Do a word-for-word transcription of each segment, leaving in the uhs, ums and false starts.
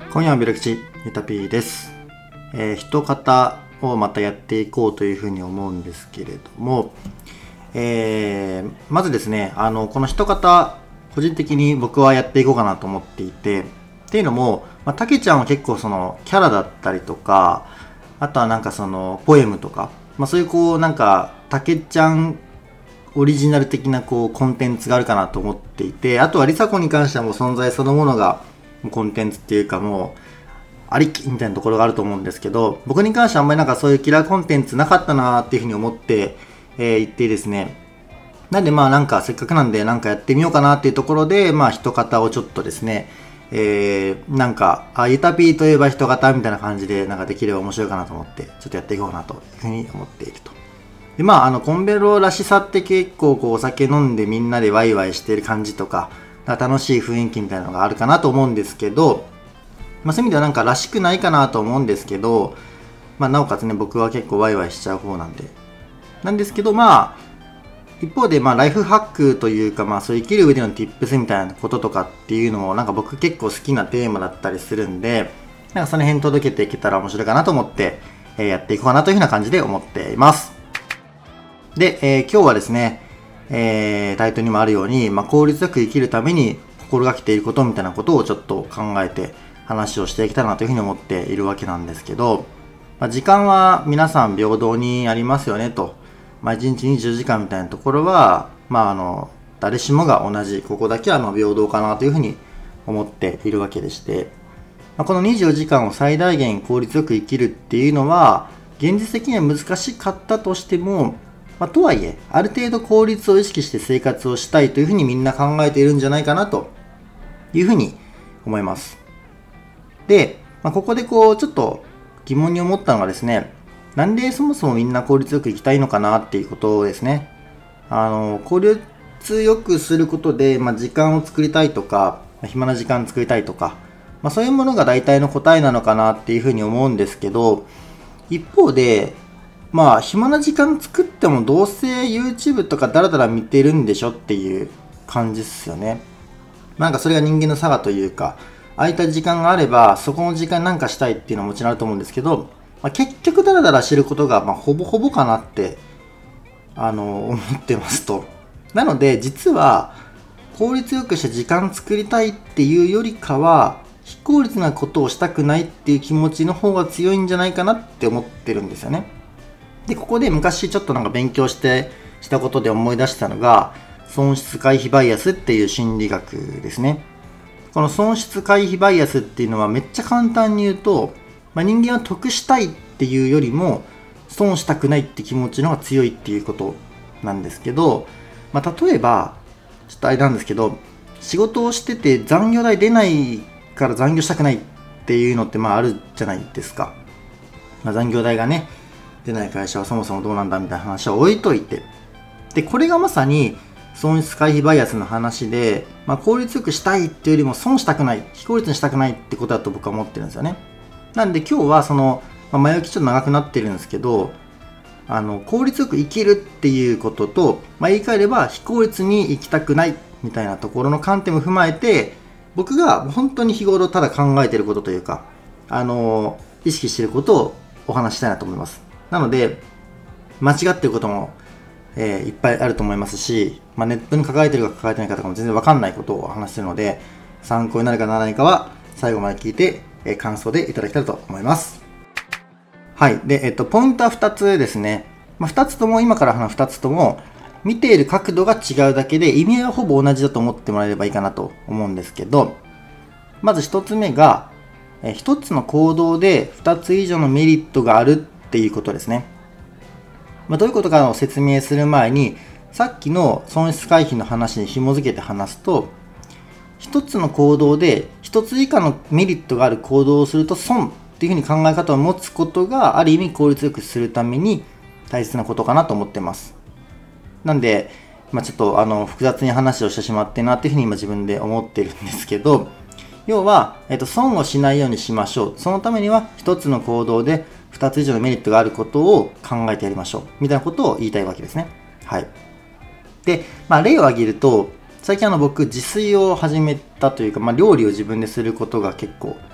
今夜はビラ吉ゆたぴーです。えー、一方をまたやっていこうというふうに思うんですけれども、えー、まずですね、あのこの一方個人的に僕はやっていこうかなと思っていて、っていうのも、まあ、たけちゃんは結構そのキャラだったりとか、あとはなんかそのポエムとか、まあ、そういうこうなんかたけちゃんオリジナル的なこうコンテンツがあるかなと思っていて、あとはりさこに関してはもう存在そのものがコンテンツっていうかもうありきみたいなところがあると思うんですけど、僕に関してはあんまりなんかそういうキラーコンテンツなかったなーっていうふうに思って、えー、言ってですね、なんでまあなんかせっかくなんでなんかやってみようかなっていうところで、まあ一方をちょっとですね、えー、なんかあゆたぴーといえば一方みたいな感じでなんかできれば面白いかなと思ってちょっとやっていこうかなというふうに思っていると。でまああのコンベロらしさって結構こうお酒飲んでみんなでワイワイしてる感じとか、楽しい雰囲気みたいなのがあるかなと思うんですけど、まあ、そういう意味ではなんからしくないかなと思うんですけど、まあ、なおかつね僕は結構ワイワイしちゃう方なんでなんですけど、まあ一方でまあライフハックというか、まあそういう生きる上での tips みたいなこととかっていうのもなんか僕結構好きなテーマだったりするんで、なんかその辺届けていけたら面白いかなと思って、えー、やっていこうかなというふうな感じで思っています。で、えー、今日はですね、えー、タイトルにもあるように、まあ、効率よく生きるために心がけていることみたいなことをちょっと考えて話をしていけたらなというふうに思っているわけなんですけど、まあ、時間は皆さん平等にありますよねと、まあ、いちにちにじゅうじかんみたいなところは、まあ、あの誰しもが同じ、ここだけはまあ平等かなというふうに思っているわけでして、まあ、このにじゅうよじかんを最大限効率よく生きるっていうのは現実的には難しかったとしても、まあ、とはいえある程度効率を意識して生活をしたいというふうにみんな考えているんじゃないかなというふうに思います。で、まあ、ここでこうちょっと疑問に思ったのがですね、なんでそもそもみんな効率よく生きたいのかなっていうことですね。あの効率よくすることで、まあ、時間を作りたいとか、まあ、暇な時間作りたいとか、まあ、そういうものが大体の答えなのかなっていうふうに思うんですけど、一方でまあ暇な時間作ってもどうせ YouTube とかダラダラ見てるんでしょっていう感じですよね。なんかそれが人間の差がというか、空いた時間があればそこの時間なんかしたいっていうのはもちろんあると思うんですけど、まあ、結局ダラダラしてることがまあほぼほぼかなってあの思ってますと。なので実は効率よくして時間作りたいっていうよりかは非効率なことをしたくないっていう気持ちの方が強いんじゃないかなって思ってるんですよね。でここで昔ちょっとなんか勉強してしたことで思い出したのが損失回避バイアスっていう心理学ですね。この損失回避バイアスっていうのはめっちゃ簡単に言うと、まあ、人間は得したいっていうよりも損したくないって気持ちの方が強いっていうことなんですけど、まあ、例えばちょっとあれなんですけど、仕事をしてて残業代出ないから残業したくないっていうのってまああるじゃないですか。まあ、残業代がね出ない会社はそもそもどうなんだみたいな話は置いといて、でこれがまさに損失回避バイアスの話で、まあ、効率よくしたいっていうよりも損したくない、非効率にしたくないってことだと僕は思ってるんですよね。なんで今日はその、まあ、前置きちょっと長くなってるんですけど、あの効率よく生きるっていうことと、まあ、言い換えれば非効率に生きたくないみたいなところの観点も踏まえて、僕が本当に日頃ただ考えていることというか、あの意識していることをお話ししたいなと思います。なので間違っていることも、えー、いっぱいあると思いますし、まあ、ネットに書かれているか書かれてないかとかも全然わかんないことをお話しするので、参考になるかならないかは最後まで聞いて、えー、感想でいただけたらと思います。はい。で、えっと、ポイントはふたつですね。まあ、ふたつとも、今から話すふたつとも見ている角度が違うだけで意味合いはほぼ同じだと思ってもらえればいいかなと思うんですけど、まずひとつめが、えー、ひとつの行動でふたつ以上のメリットがあるっていうことですね。まあ、どういうことかを説明する前に、さっきの損失回避の話に紐づけて話すと、一つの行動で一つ以下のメリットがある行動をすると損っていうふうに考え方を持つことがある意味効率よくするために大切なことかなと思ってます。なんで、まあ、ちょっとあの複雑に話をしてしまってなっていうふうに今自分で思ってるんですけど、要は、えっと、損をしないようにしましょう。そのためには一つの行動でふたつ以上のメリットがあることを考えてやりましょうみたいなことを言いたいわけですね。はい。で、まあ、例を挙げると、最近あの僕自炊を始めたというか、まあ、料理を自分ですることが結構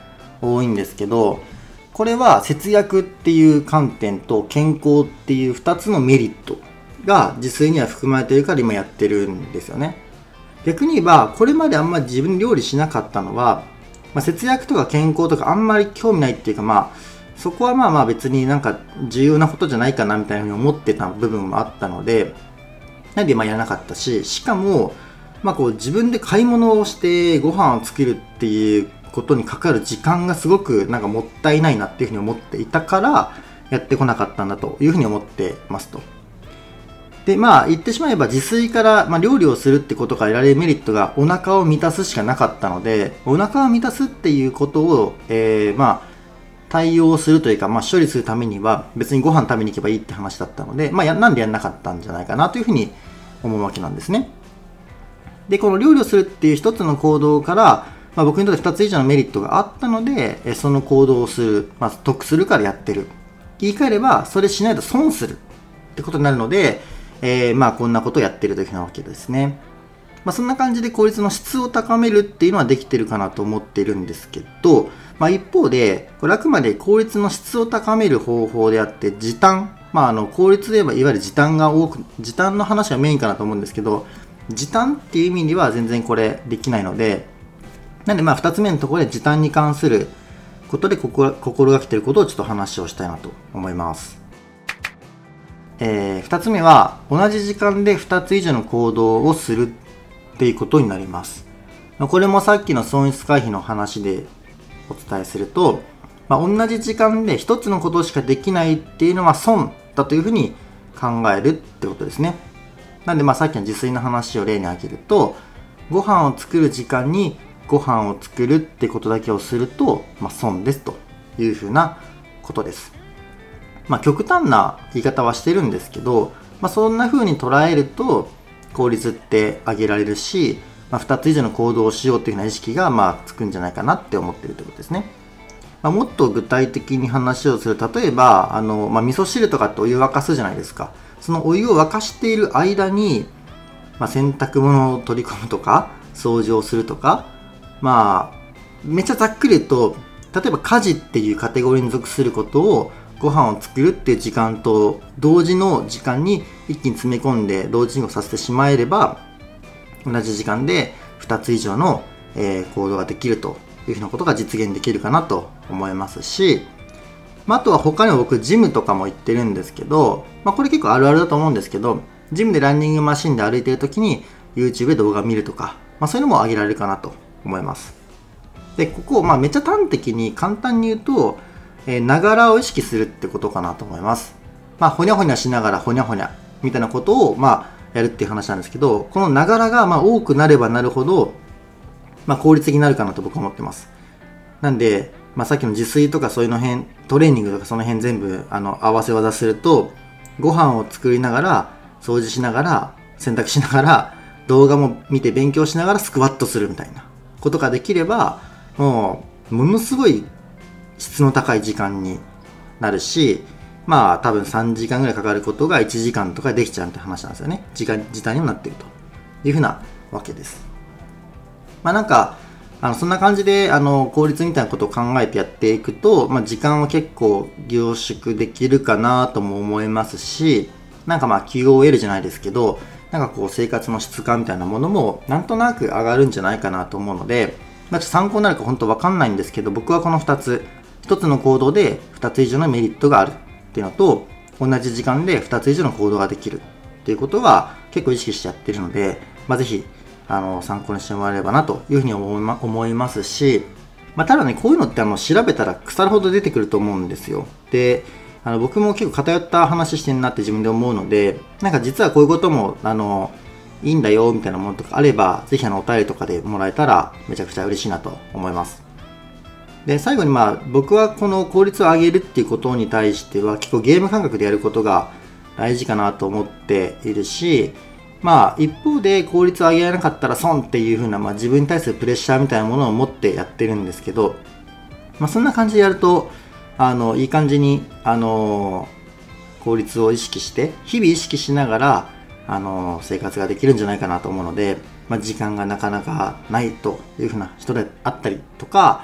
多いんですけど、これは節約っていう観点と健康っていうふたつのメリットが自炊には含まれているから今やってるんですよね。逆に言えばこれまであんまり自分料理しなかったのは、まあ、節約とか健康とかあんまり興味ないっていうか、まあそこはまあまあ別になんか重要なことじゃないかなみたいなふうに思ってた部分もあったので、なんでまあやらなかったし、しかもまあこう自分で買い物をしてご飯を作るっていうことにかかる時間がすごくなんかもったいないなっていうふうに思っていたからやってこなかったんだというふうに思ってますと。でまあ言ってしまえば自炊からまあ料理をするってことから得られるメリットがお腹を満たすしかなかったので、お腹を満たすっていうことを、えー、まあ対応するというか、まあ、処理するためには別にご飯食べに行けばいいって話だったので、まあ、やなんでやんなかったんじゃないかなというふうに思うわけなんですね。でこの料理をするっていう一つの行動から、まあ、僕にとってふたつ以上のメリットがあったのでその行動をする、まあ、得するからやってる。言い換えればそれしないと損するってことになるので、えー、まあこんなことをやってるというふうなわけですね。まあ、そんな感じで効率の質を高めるっていうのはできてるかなと思っているんですけど、まあ、一方でこれあくまで効率の質を高める方法であって時短、まあ、あの効率で言えばいわゆる時短が多く時短の話がメインかなと思うんですけど、時短っていう意味では全然これできないので、なんでまあふたつめのところで時短に関することで心がけていることをちょっと話をしたいなと思います。えー、ふたつめは同じ時間でふたつ以上の行動をするっていうことになります。これもさっきの損失回避の話でお伝えすると、まあ、同じ時間でひとつのことしかできないっていうのは損だというふうに考えるってことですね。なんでまあさっきの自炊の話を例に挙げると、ご飯を作る時間にご飯を作るってことだけをすると、まあ、損ですというふうなことです。まあ極端な言い方はしてるんですけど、まあ、そんなふうに捉えると効率って上げられるし、まあ、ふたつ以上の行動をしようというような意識がまあつくんじゃないかなって思っているということですね。まあ、もっと具体的に話をする、例えばあの、まあ、味噌汁とかってお湯沸かすじゃないですか。そのお湯を沸かしている間に、まあ、洗濯物を取り込むとか掃除をするとか、まあめっちゃざっくり言うと、例えば家事っていうカテゴリーに属することをご飯を作るっていう時間と同時の時間に一気に詰め込んで同時にさせてしまえれば、同じ時間でふたつ以上の、えー、行動ができるというふうなことが実現できるかなと思いますし、まあ、あとは他にも僕ジムとかも行ってるんですけど、まあ、これ結構あるあるだと思うんですけど、ジムでランニングマシンで歩いてる時に YouTube で動画を見るとか、まあ、そういうのも挙げられるかなと思います。でここをまあめっちゃ端的に簡単に言うと、ながらを意識するってことかなと思います。まあほにゃほにゃしながらほにゃほにゃみたいなことをまあやるっていう話なんですけど、このながらがまあ多くなればなるほど、まあ、効率的になるかなと僕は思ってます。なんで、まあ、さっきの自炊とかそういうの辺、トレーニングとかその辺全部あの合わせ技すると、ご飯を作りながら掃除しながら洗濯しながら動画も見て勉強しながらスクワットするみたいなことができれば、もうものすごい質の高い時間になるし、まあ多分さんじかんぐらいかかることがいちじかんとかできちゃうって話なんですよね。時間時短にもなっているというふうなわけです。まあなんかあのそんな感じであの効率みたいなことを考えてやっていくと、まあ、時間は結構凝縮できるかなとも思いますし、なんかまあ キューオーエル じゃないですけど、なんかこう生活の質感みたいなものもなんとなく上がるんじゃないかなと思うので、まあ、ちょっと参考になるか本当わかんないんですけど、僕はこのふたつ、ひとつの行動でふたつ以上のメリットがあるっていうのと、同じ時間でふたつ以上の行動ができるっていうことは結構意識してやってるので、まあ、ぜひあの参考にしてもらえればなというふうに思い、ま、思いますし、まあ、ただねこういうのってあの調べたら腐るほど出てくると思うんですよ。であの僕も結構偏った話してんなって自分で思うので、なんか実はこういうこともあのいいんだよみたいなものとかあれば、ぜひあのお便りとかでもらえたらめちゃくちゃ嬉しいなと思います。で最後にまあ僕はこの効率を上げるっていうことに対しては結構ゲーム感覚でやることが大事かなと思っているし、まあ一方で効率を上げられなかったら損っていう風な、まあ、自分に対するプレッシャーみたいなものを持ってやってるんですけど、まあ、そんな感じでやるとあのいい感じにあの効率を意識して日々意識しながらあの生活ができるんじゃないかなと思うので、まあ、時間がなかなかないという風な人であったりとか、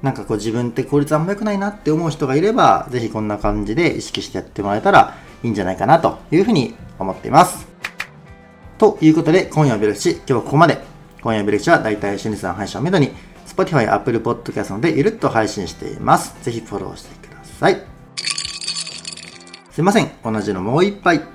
なんかこう自分って効率あんま良くないなって思う人がいれば、ぜひこんな感じで意識してやってもらえたらいいんじゃないかなというふうに思っています。ということで、今夜はベルシ、今日はここまで。今夜はベルシはだいたい週にさん配信をめどに、Spotify、Apple Podcast などでゆるっと配信しています。ぜひフォローしてください。すいません。同じのもう一杯。